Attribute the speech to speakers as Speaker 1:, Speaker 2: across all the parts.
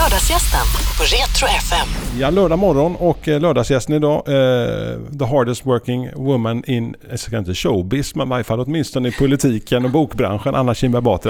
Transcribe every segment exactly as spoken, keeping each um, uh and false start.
Speaker 1: Lördagsgästen på Retro F M.
Speaker 2: Ja, lördag morgon och lördagsgästen idag, eh, the hardest working woman in, jag ska inte showbiz, men i varje fall åtminstone i politiken och bokbranschen, Anna Kinberg Batra.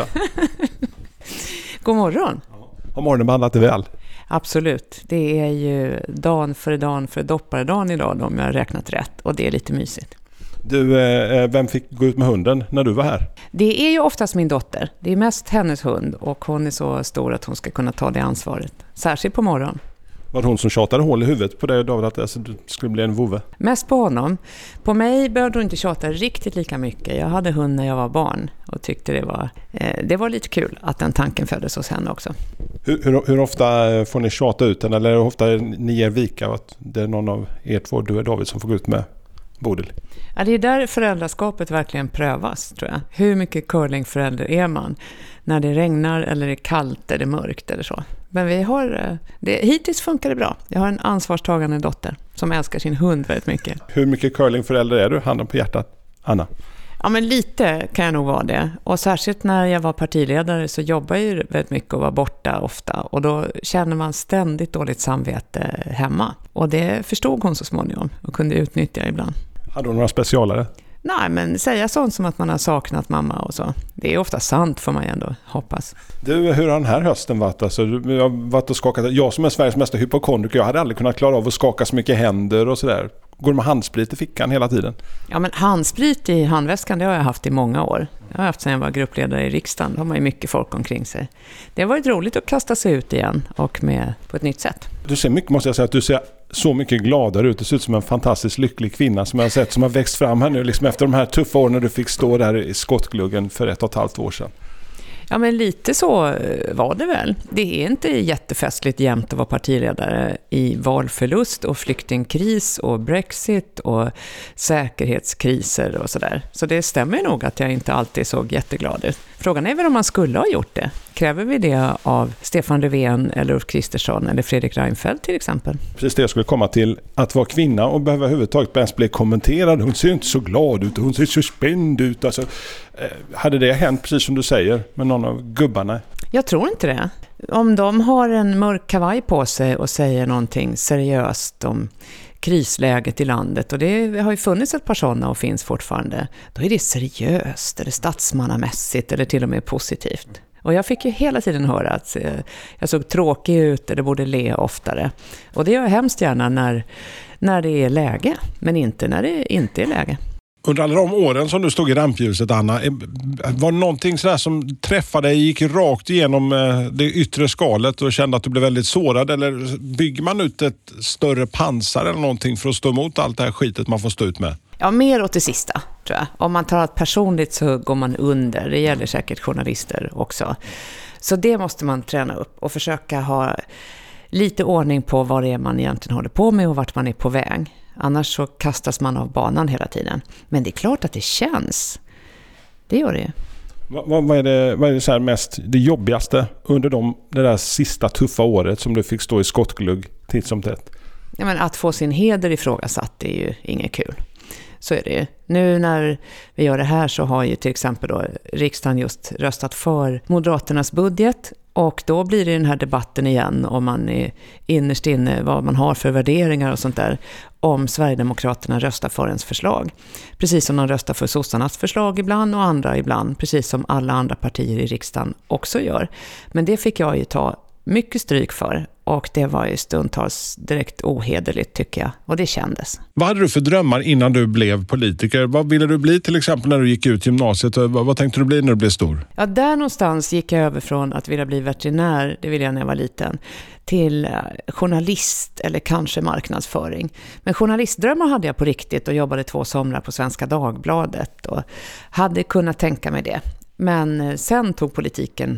Speaker 3: God morgon.
Speaker 2: Har morgonen behandlat det väl?
Speaker 3: Absolut. Det är ju dan för dan för dopparedagen idag om jag har räknat rätt, och det är lite mysigt.
Speaker 2: Du, eh, vem fick gå ut med hunden när du var här?
Speaker 3: Det är ju oftast min dotter. Det är mest hennes hund, och hon är så stor att hon ska kunna ta det ansvaret. Särskilt på morgonen.
Speaker 2: Var det hon som tjatade hål i huvudet på dig, David, att alltså, du skulle bli en vovve?
Speaker 3: Mest på honom. På mig behövde hon inte tjata riktigt lika mycket. Jag hade hund när jag var barn och tyckte det var, eh, det var lite kul att den tanken föddes hos henne också.
Speaker 2: Hur, hur, hur ofta får ni tjata ut den, eller hur ofta ni ger vika att det är någon av er två, du och David, som får gå ut med Bodil?
Speaker 3: Ja, det är där föräldraskapet verkligen prövas, tror jag. Hur mycket curlingförälder är man när det regnar eller är kallt eller mörkt eller så. Men vi har, det, hittills funkar det bra. Jag har en ansvarstagande dotter som älskar sin hund väldigt mycket.
Speaker 2: Hur mycket curlingförälder är du, handen på hjärtat, Anna?
Speaker 3: Ja, men lite kan jag nog vara det. Och särskilt när jag var partiledare så jobbade jag ju väldigt mycket och var borta ofta. Och då känner man ständigt dåligt samvete hemma. Och det förstod hon så småningom och kunde utnyttja ibland.
Speaker 2: Hade hon några specialare?
Speaker 3: Nej, men säga sånt som att man har saknat mamma och så. Det är ofta sant, får man ju ändå hoppas.
Speaker 2: Du, hur har den här hösten varit? Alltså, jag har varit och skakat. Jag som är Sveriges mesta hypokondriker, jag hade aldrig kunnat klara av att skaka så mycket händer och sådär. Går med handsprit i fickan hela tiden? Ja,
Speaker 3: men handsprit i handväskan, det har jag haft i många år. Jag har haft sedan jag var gruppledare i riksdagen. Då har man ju mycket folk omkring sig. Det har varit roligt att kasta sig ut igen och med på ett nytt sätt.
Speaker 2: Du ser mycket, måste jag säga, att du ser så mycket gladare ut. Du ser ut som en fantastiskt lycklig kvinna som jag har sett, som har växt fram här nu liksom efter de här tuffa åren när du fick stå där i skottgluggen för ett och ett halvt år sedan.
Speaker 3: Ja, men lite så var det väl. Det är inte jättefestligt jämt att vara partiledare i valförlust och flyktingkris och Brexit och säkerhetskriser och sådär. Så det stämmer nog att jag inte alltid såg jätteglad ut. Frågan är väl om man skulle ha gjort det. Kräver vi det av Stefan Löfven eller Ulf Kristersson eller Fredrik Reinfeldt till exempel?
Speaker 2: Precis det jag skulle komma till. Att vara kvinna och behöva överhuvudtaget ens bli kommenterad. Hon ser inte så glad ut, hon ser så spänd ut. Alltså, eh, hade det hänt, precis som du säger, med någon av gubbarna?
Speaker 3: Jag tror inte det. Om de har en mörk kavaj på sig och säger någonting seriöst om krisläget i landet, och det har ju funnits ett par sådana och finns fortfarande, då är det seriöst eller statsmannamässigt eller till och med positivt. Och jag fick ju hela tiden höra att jag såg tråkig ut eller borde le oftare. Och det gör jag hemskt gärna när, när det är läge, men inte när det inte är läge.
Speaker 2: Under alla de åren som du stod i rampljuset, Anna, var det någonting sådär som träffade dig, gick rakt igenom det yttre skalet och kände att du blev väldigt sårad? Eller bygger man ut ett större pansar eller någonting för att stå emot allt det här skitet man får stå ut med?
Speaker 3: Ja, mer åt det sista, tror jag. Om man tar ett personligt så går man under. Det gäller säkert journalister också. Så det måste man träna upp och försöka ha lite ordning på vad det är man egentligen håller på med och vart man är på väg. Annars så kastas man av banan hela tiden. Men det är klart att det känns. Det gör det.
Speaker 2: Vad, vad är det, vad är det så här mest det jobbigaste under de, det där sista tuffa året som du fick stå i skottglugg titt som tätt?
Speaker 3: Ja, men att få sin heder ifrågasatt, det är ju inget kul. Så är det ju. Nu när vi gör det här så har ju till exempel då riksdagen just röstat för Moderaternas budget, och då blir det den här debatten igen om man är innerst inne vad man har för värderingar och sånt där, om Sverigedemokraterna röstar för ens förslag. Precis som de röstar för sossarnas förslag ibland och andra ibland, precis som alla andra partier i riksdagen också gör. Men det fick jag ju ta mycket stryk för, och det var ju stundtals direkt ohederligt, tycker jag, och det kändes.
Speaker 2: Vad hade du för drömmar innan du blev politiker? Vad ville du bli till exempel när du gick ut gymnasiet? Vad, vad tänkte du bli när du blev stor?
Speaker 3: Ja, där någonstans gick jag över från att vilja bli veterinär, det ville jag när jag var liten, till journalist eller kanske marknadsföring. Men journalistdrömmar hade jag på riktigt och jobbade två somrar på Svenska Dagbladet och hade kunnat tänka mig det. Men sen tog politiken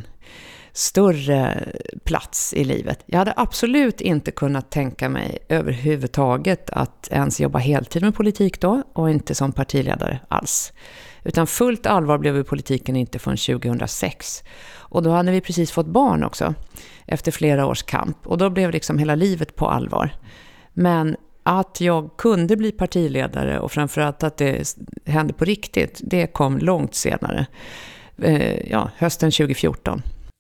Speaker 3: större plats i livet. Jag hade absolut inte kunnat tänka mig överhuvudtaget att ens jobba heltid med politik då, och inte som partiledare alls. Utan fullt allvar blev vi politiken inte förrän tjugohundrasex. Och då hade vi precis fått barn också, efter flera års kamp. Och då blev liksom hela livet på allvar. Men att jag kunde bli partiledare och framförallt att det hände på riktigt, det kom långt senare. Eh, ja, hösten tjugo fjorton.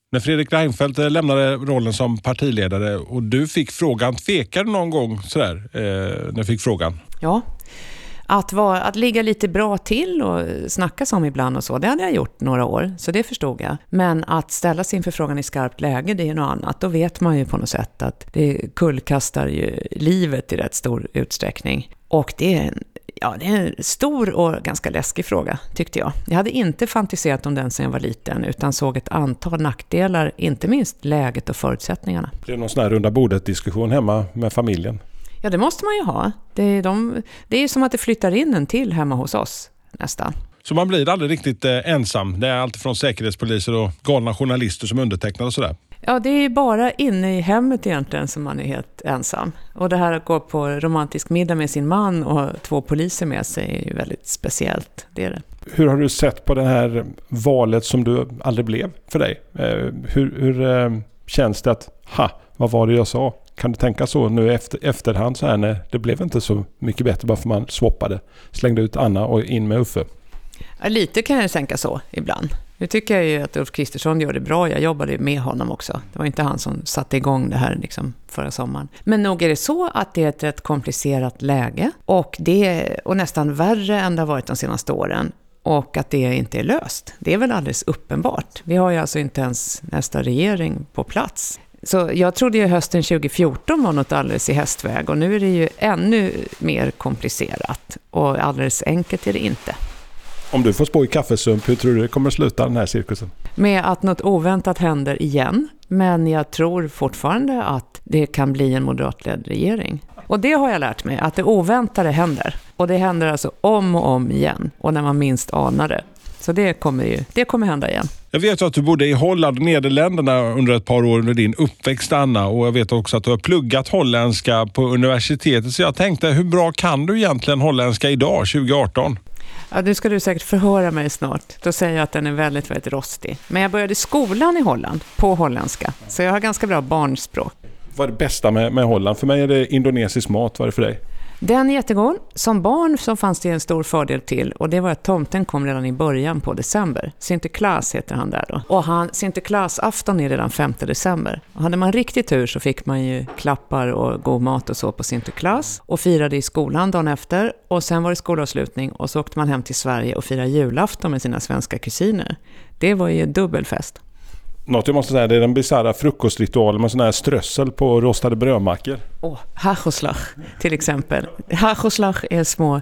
Speaker 2: När Fredrik Reinfeldt lämnade rollen som partiledare och du fick frågan, tvekade du någon gång sådär eh, när du fick frågan?
Speaker 3: Ja, att, vara, att ligga lite bra till och snacka som ibland och så, det hade jag gjort några år, så det förstod jag. Men att ställa sin förfrågan i skarpt läge, det är något annat. Då vet man ju på något sätt att det kullkastar ju livet i rätt stor utsträckning. Och det är en Ja, det är en stor och ganska läskig fråga, tyckte jag. Jag hade inte fantiserat om den sedan jag var liten, utan såg ett antal nackdelar, inte minst läget och förutsättningarna.
Speaker 2: Det är någon sån här runda bordet-diskussion hemma med familjen.
Speaker 3: Ja, det måste man ju ha. Det är, de, det är som att det flyttar in en till hemma hos oss, nästan.
Speaker 2: Så man blir aldrig riktigt eh, ensam. Det är allt från säkerhetspoliser och galna journalister som undertecknar och sådär.
Speaker 3: Ja, det är bara inne i hemmet egentligen som man är helt ensam. Och det här att gå på romantisk middag med sin man och två poliser med sig är ju väldigt speciellt. Det är det.
Speaker 2: Hur har du sett på det här valet som du aldrig blev för dig? Eh, hur hur eh, känns det att, ha, vad var det jag sa? Kan du tänka så nu efter, efterhand så här när det blev inte så mycket bättre bara för man swappade, slängde ut Anna och in med Uffe?
Speaker 3: Ja, lite kan jag tänka så ibland. Nu tycker jag ju att Ulf Kristersson gör det bra. Jag jobbade med honom också. Det var inte han som satte igång det här liksom förra sommaren. Men nog är det så att det är ett rätt komplicerat läge. Och det är och nästan värre än det har varit de senaste åren. Och att det inte är löst. Det är väl alldeles uppenbart. Vi har ju alltså inte ens nästa regering på plats. Så jag trodde ju hösten tjugo fjorton var något alldeles i hästväg. Och nu är det ju ännu mer komplicerat. Och alldeles enkelt är det inte.
Speaker 2: Om du får spå i kaffesump, hur tror du det kommer att sluta den här cirkusen?
Speaker 3: Med att något oväntat händer igen. Men jag tror fortfarande att det kan bli en moderatledd regering. Och det har jag lärt mig, att det oväntade händer. Och det händer alltså om och om igen. Och när man minst anar det. Så det kommer ju, det kommer hända igen. Jag vet att du bodde i Holland och Nederländerna under ett par år under din uppväxt, Anna. Och jag vet också att du har pluggat holländska på universitetet. Så jag tänkte, hur bra kan du egentligen holländska idag, tjugo arton? Ja, nu ska du säkert förhöra mig snart. Då säger jag att den är väldigt, väldigt rostig. Men jag började skolan i Holland på holländska. Så jag har ganska bra barnspråk. Vad är det bästa med, med Holland? För mig är det indonesisk mat. Vad är det för dig? Den är jättegod. Som barn så fanns det en stor fördel till. Och det var att tomten kom redan i början på december. Sinterklaas heter han där då. Och han, Sinterklaas-afton är redan femte december. Och hade man riktigt tur så fick man ju klappar och god mat och så på Sinterklaas. Och firade i skolan dagen efter. Och sen var det skolavslutning. Och så åkte man hem till Sverige och firade julafton med sina svenska kusiner. Det var ju dubbelfest. Något jag måste säga, det är den bizarra frukostritualen med sån här strössel på rostade brödmackor. Åh, oh, hagelslag till exempel. Hagelslag är små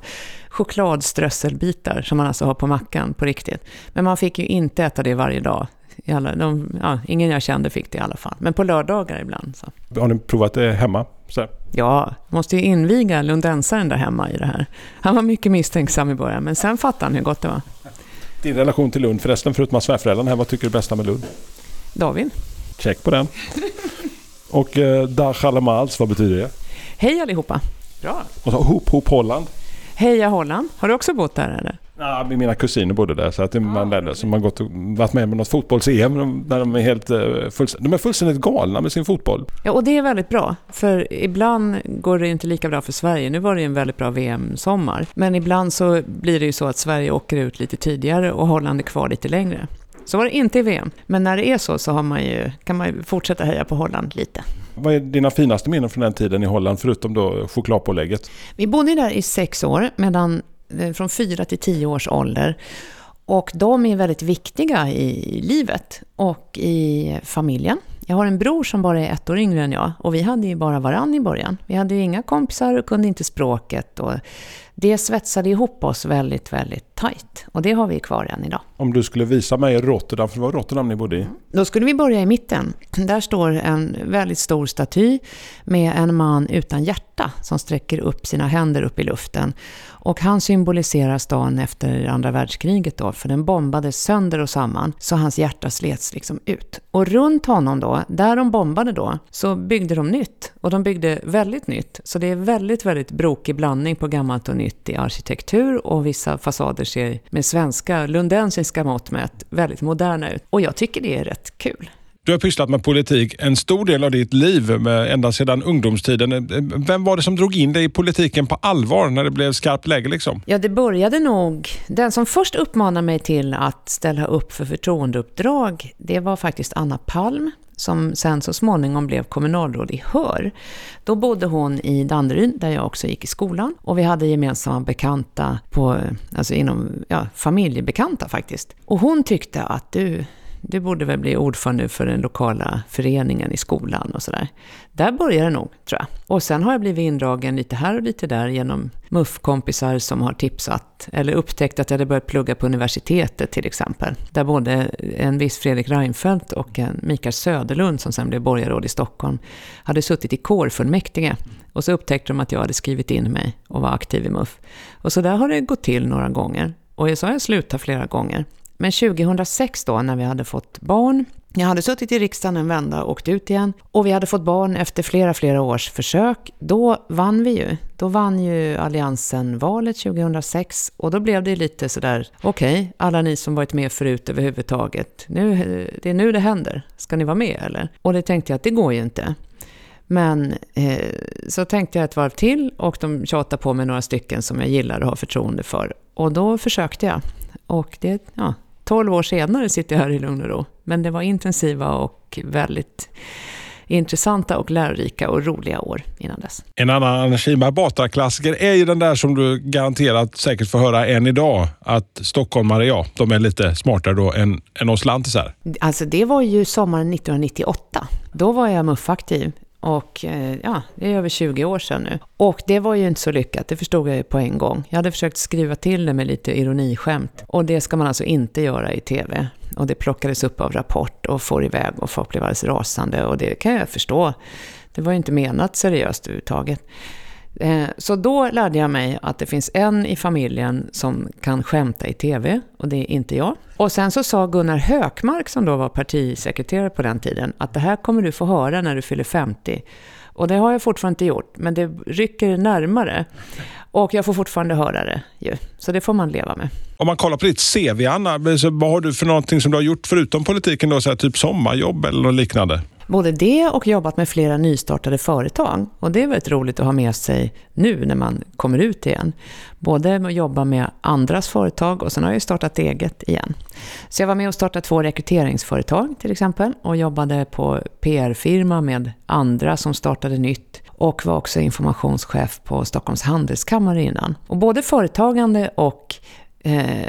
Speaker 3: chokladströsselbitar som man alltså har på mackan på riktigt. Men man fick ju inte äta det varje dag. I alla, de, ja, ingen jag kände fick det i alla fall. Men på lördagar ibland. Så. Har ni provat det hemma? Så. Ja, måste ju inviga lundensaren där hemma i det här. Han var mycket misstänksam i början, men sen fattade han hur gott det var. Din relation till Lund förresten, förutom att svärföräldrarna här, vad tycker du är bästa med Lund? David. Check på den. Och eh, Dag Allemans, vad betyder det? Hej allihopa. Bra. Och så hop, hop Holland. Heja Holland. Har du också bott där eller? Ja, mina kusiner bodde där så att man lärde sig. Man gått och varit med med något fotbolls-E M där de är helt fullständigt, de är fullständigt galna med sin fotboll. Ja, och det är väldigt bra. För ibland går det inte lika bra för Sverige. Nu var det en väldigt bra V M-sommar. Men ibland så blir det ju så att Sverige åker ut lite tidigare och Holland är kvar lite längre. Så var det inte i V M. Men när det är så så har man ju, kan man ju fortsätta heja på Holland lite. Vad är dina finaste minnen från den tiden i Holland förutom då chokladpålägget? Vi bodde där i sex år, medan från fyra till tio års ålder. Och de är väldigt viktiga i livet och i familjen. Jag har en bror som bara är ett år yngre än jag. Och vi hade ju bara varann i början. Vi hade ju inga kompisar och kunde inte språket. Och det svetsade ihop oss väldigt, väldigt tajt. Och det har vi kvar än idag. Om du skulle visa mig Rotterdam, för det var Rotterdam ni bodde i? Då skulle vi börja i mitten. Där står en väldigt stor staty med en man utan hjärta som sträcker upp sina händer upp i luften. Och han symboliserar stan efter andra världskriget då, för den bombades sönder och samman så hans hjärta slets liksom ut. Och runt honom då, där de bombade då, så byggde de nytt. Och de byggde väldigt nytt. Så det är väldigt, väldigt brokig blandning på gammalt och nytt i arkitektur. Och vissa fasader ser med svenska, lundensiska mått mätt väldigt moderna ut. Och jag tycker det är rätt kul.
Speaker 2: Du har pysslat med politik en stor del av ditt liv, med, ända sedan ungdomstiden. Vem var det som drog in dig i politiken på allvar när det blev skarpt läge liksom?
Speaker 3: Ja, det började nog... Den som först uppmanade mig till att ställa upp för förtroendeuppdrag, det var faktiskt Anna Palm, som sen så småningom blev kommunalråd i Hör. Då bodde hon i Danderyd, där jag också gick i skolan. Och vi hade gemensamma bekanta, på, alltså inom ja, familjebekanta faktiskt. Och hon tyckte att du... Du borde väl bli ordförande för den lokala föreningen i skolan och sådär. Där började det nog, tror jag. Och sen har jag blivit indragen lite här och lite där genom M U F-kompisar som har tipsat eller upptäckt att jag hade börjat plugga på universitetet till exempel. Där både en viss Fredrik Reinfeldt och en Mikael Söderlund, som sen blev borgarråd i Stockholm, hade suttit i kårfullmäktige. Och så upptäckte de att jag hade skrivit in mig och var aktiv i M U F. Och så där har det gått till några gånger. Och så har jag slutat flera gånger. Men tjugohundrasex då, när vi hade fått barn, jag hade suttit i riksdagen en vända och åkt ut igen, och vi hade fått barn efter flera, flera års försök, då vann vi ju. Då vann ju Alliansen valet tjugohundrasex, och då blev det lite sådär, okej, okay, alla ni som varit med förut överhuvudtaget, nu, det är nu det händer, ska ni vara med eller? Och det tänkte jag att det går ju inte. Men eh, så tänkte jag ett varv till, och de tjatade på mig några stycken som jag gillar och har förtroende för. Och då försökte jag. Och det, ja, tolv år senare sitter jag här i lugn och ro. Men det var intensiva och väldigt intressanta och lärorika och roliga år innan dess.
Speaker 2: En annan Anna Kinberg Batra-klassiker är ju den där som du garanterat säkert får höra än idag. Att stockholmare, ja, de är lite smartare då än, än oss lantisar.
Speaker 3: Alltså det var ju sommaren nittonhundranittioåtta. Då var jag M U F-aktiv. Och ja, det är över tjugo år sedan nu. Och det var ju inte så lyckat, det förstod jag ju på en gång. Jag hade försökt skriva till det med lite ironiskämt. Och det ska man alltså inte göra i tv. Och det plockades upp av Rapport och får iväg, och folk blev alldeles rasande. Och det kan jag förstå. Det var ju inte menat seriöst överhuvudtaget. Så då lärde jag mig att det finns en i familjen som kan skämta i tv, och det är inte jag. Och sen så sa Gunnar Hökmark, som då var partisekreterare på den tiden, att det här kommer du få höra när du fyller femtio. Och det har jag fortfarande inte gjort, men det rycker närmare. Och jag får fortfarande höra det ju. Så det får man leva med.
Speaker 2: Om man kollar på ditt C V, Anna, så vad har du för någonting som du har gjort förutom politiken då, så här, typ sommarjobb eller något liknande?
Speaker 3: Både det och jobbat med flera nystartade företag. Och det är väldigt roligt att ha med sig nu när man kommer ut igen. Både med att jobba med andras företag, och sen har jag startat eget igen. Så jag var med och startade två rekryteringsföretag till exempel. Och jobbade på P R-firma med andra som startade nytt. Och var också informationschef på Stockholms handelskammare innan. Och både företagande och... Eh,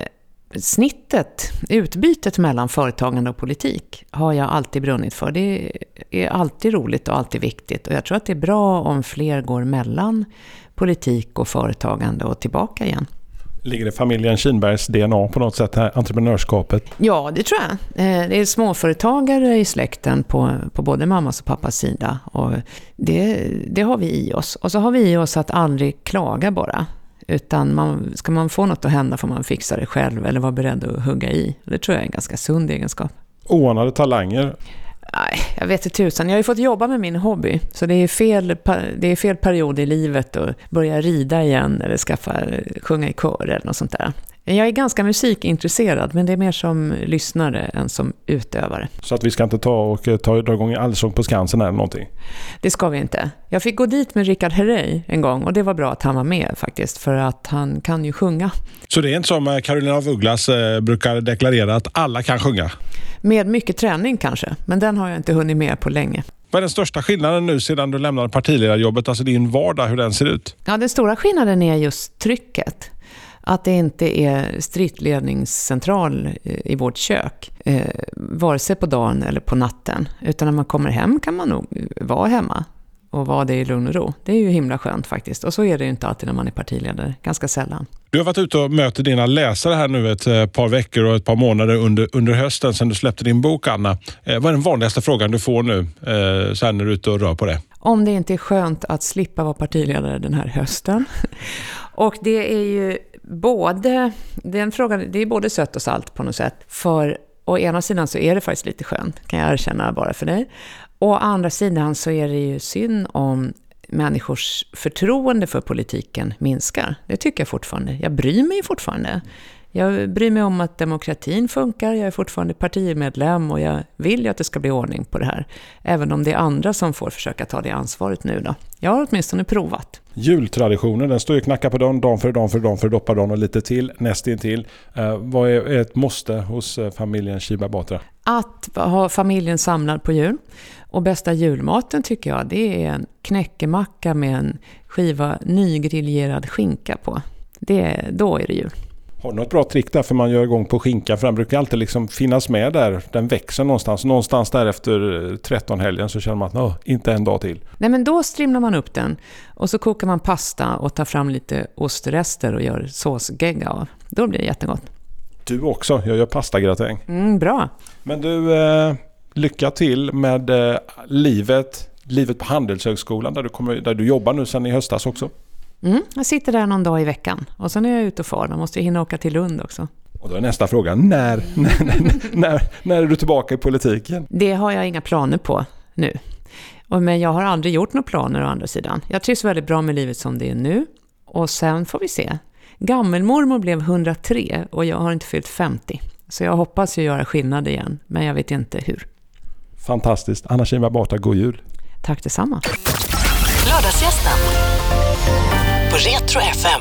Speaker 3: snittet, utbytet mellan företagande och politik har jag alltid brunnit för. Det är alltid roligt och alltid viktigt. Och jag tror att det är bra om fler går mellan politik och företagande och tillbaka igen.
Speaker 2: Ligger det familjen Kinbergs D N A på något sätt här, entreprenörskapet?
Speaker 3: Ja, det tror jag. Det är småföretagare i släkten på, på både mammas och pappas sida. Och det, det har vi i oss. Och så har vi i oss att aldrig klaga bara. Utan man, ska man få något att hända får man fixa det själv eller vara beredd att hugga i. Det tror jag är en ganska sund egenskap.
Speaker 2: Oanade talanger?
Speaker 3: Nej, jag vet inte tusan. Jag har ju fått jobba med min hobby. Så det är fel, det är fel period i livet att börja rida igen eller skaffa, sjunga i kör eller något sånt där. Jag är ganska musikintresserad, men det är mer som lyssnare än som utövare.
Speaker 2: Så att vi ska inte ta och ta, dra igång Allsång på Skansen eller någonting?
Speaker 3: Det ska vi inte. Jag fick gå dit med Richard Herrey en gång, och det var bra att han var med faktiskt, för att han kan ju sjunga.
Speaker 2: Så det är inte som Carolina af Ugglas eh, brukar deklarera att alla kan sjunga?
Speaker 3: Med mycket träning kanske, men den har jag inte hunnit med på länge.
Speaker 2: Vad är den största skillnaden nu sedan du lämnade partiledarjobbet, alltså din vardag, hur den ser ut?
Speaker 3: Ja, den stora skillnaden är just trycket. Att det inte är stridsledningscentral i vårt kök, eh, vare sig på dagen eller på natten. Utan när man kommer hem kan man nog vara hemma och vara det i lugn och ro. Det är ju himla skönt faktiskt. Och så är det ju inte alltid när man är partiledare, ganska sällan.
Speaker 2: Du har varit ute och möter dina läsare här nu ett par veckor och ett par månader under, under hösten sedan du släppte din bok, Anna. Eh, vad är den vanligaste frågan du får nu eh, så här när du är ute och rör på det?
Speaker 3: Om det inte är skönt att slippa vara partiledare den här hösten. Och det är ju både, den frågan, det är både sött och salt på något sätt. För å ena sidan så är det faktiskt lite skönt, kan jag erkänna bara för dig. Å andra sidan så är det ju synd om människors förtroende för politiken minskar. Det tycker jag fortfarande. Jag bryr mig fortfarande. Jag bryr mig om att demokratin funkar, jag är fortfarande partimedlem och jag vill ju att det ska bli ordning på det här. Även om det är andra som får försöka ta det ansvaret nu då. Jag har åtminstone provat.
Speaker 2: Jultraditionen, den står ju knacka på dagen, dag för dag för dag för doppardagen och lite till, nästintill. Eh, vad är ett måste hos familjen Shiba Batra?
Speaker 3: Att ha familjen samlad på jul. Och bästa julmaten tycker jag, det är en knäckemacka med en skiva nygriljerad skinka på. Det, då är det jul.
Speaker 2: Har du något bra trick där för man gör igång på skinka? För den brukar alltid liksom finnas med där. Den växer någonstans. Någonstans där efter tretton helgen så känner man att Nå, inte en dag till.
Speaker 3: Nej, men då strimlar man upp den. Och så kokar man pasta och tar fram lite ostrester och gör såsgegga av. Då blir det jättegott.
Speaker 2: Du också. Jag gör pastagratäng.
Speaker 3: Mm, bra.
Speaker 2: Men du, eh, lycka till med eh, livet. Livet på Handelshögskolan där du, kommer, där du jobbar nu sedan i höstas också.
Speaker 3: Mm, jag sitter där någon dag i veckan. Och sen är jag ute och far. Man måste ju hinna åka till Lund också.
Speaker 2: Och då är nästa fråga. När, när, när, när är du tillbaka i politiken?
Speaker 3: Det har jag inga planer på nu. Och, men jag har aldrig gjort några planer å andra sidan. Jag trivs väldigt bra med livet som det är nu. Och sen får vi se. Gammelmormor blev hundratre och jag har inte fyllt femtio. Så jag hoppas ju göra skillnad igen. Men jag vet inte hur.
Speaker 2: Fantastiskt. Anna Shiba Batra, god jul.
Speaker 3: Tack detsamma.
Speaker 1: Lördagsgästen på Retro F M.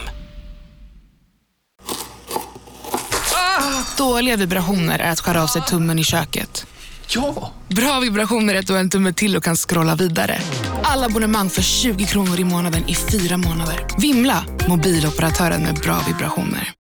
Speaker 4: Ah, dåliga vibrationer är att skära av sig tummen i köket.
Speaker 5: Ja!
Speaker 4: Bra vibrationer är att du har en tumme till och kan scrolla vidare. Alla abonnemang för tjugo kronor i månaden i fyra månader. Vimla, mobiloperatören med bra vibrationer.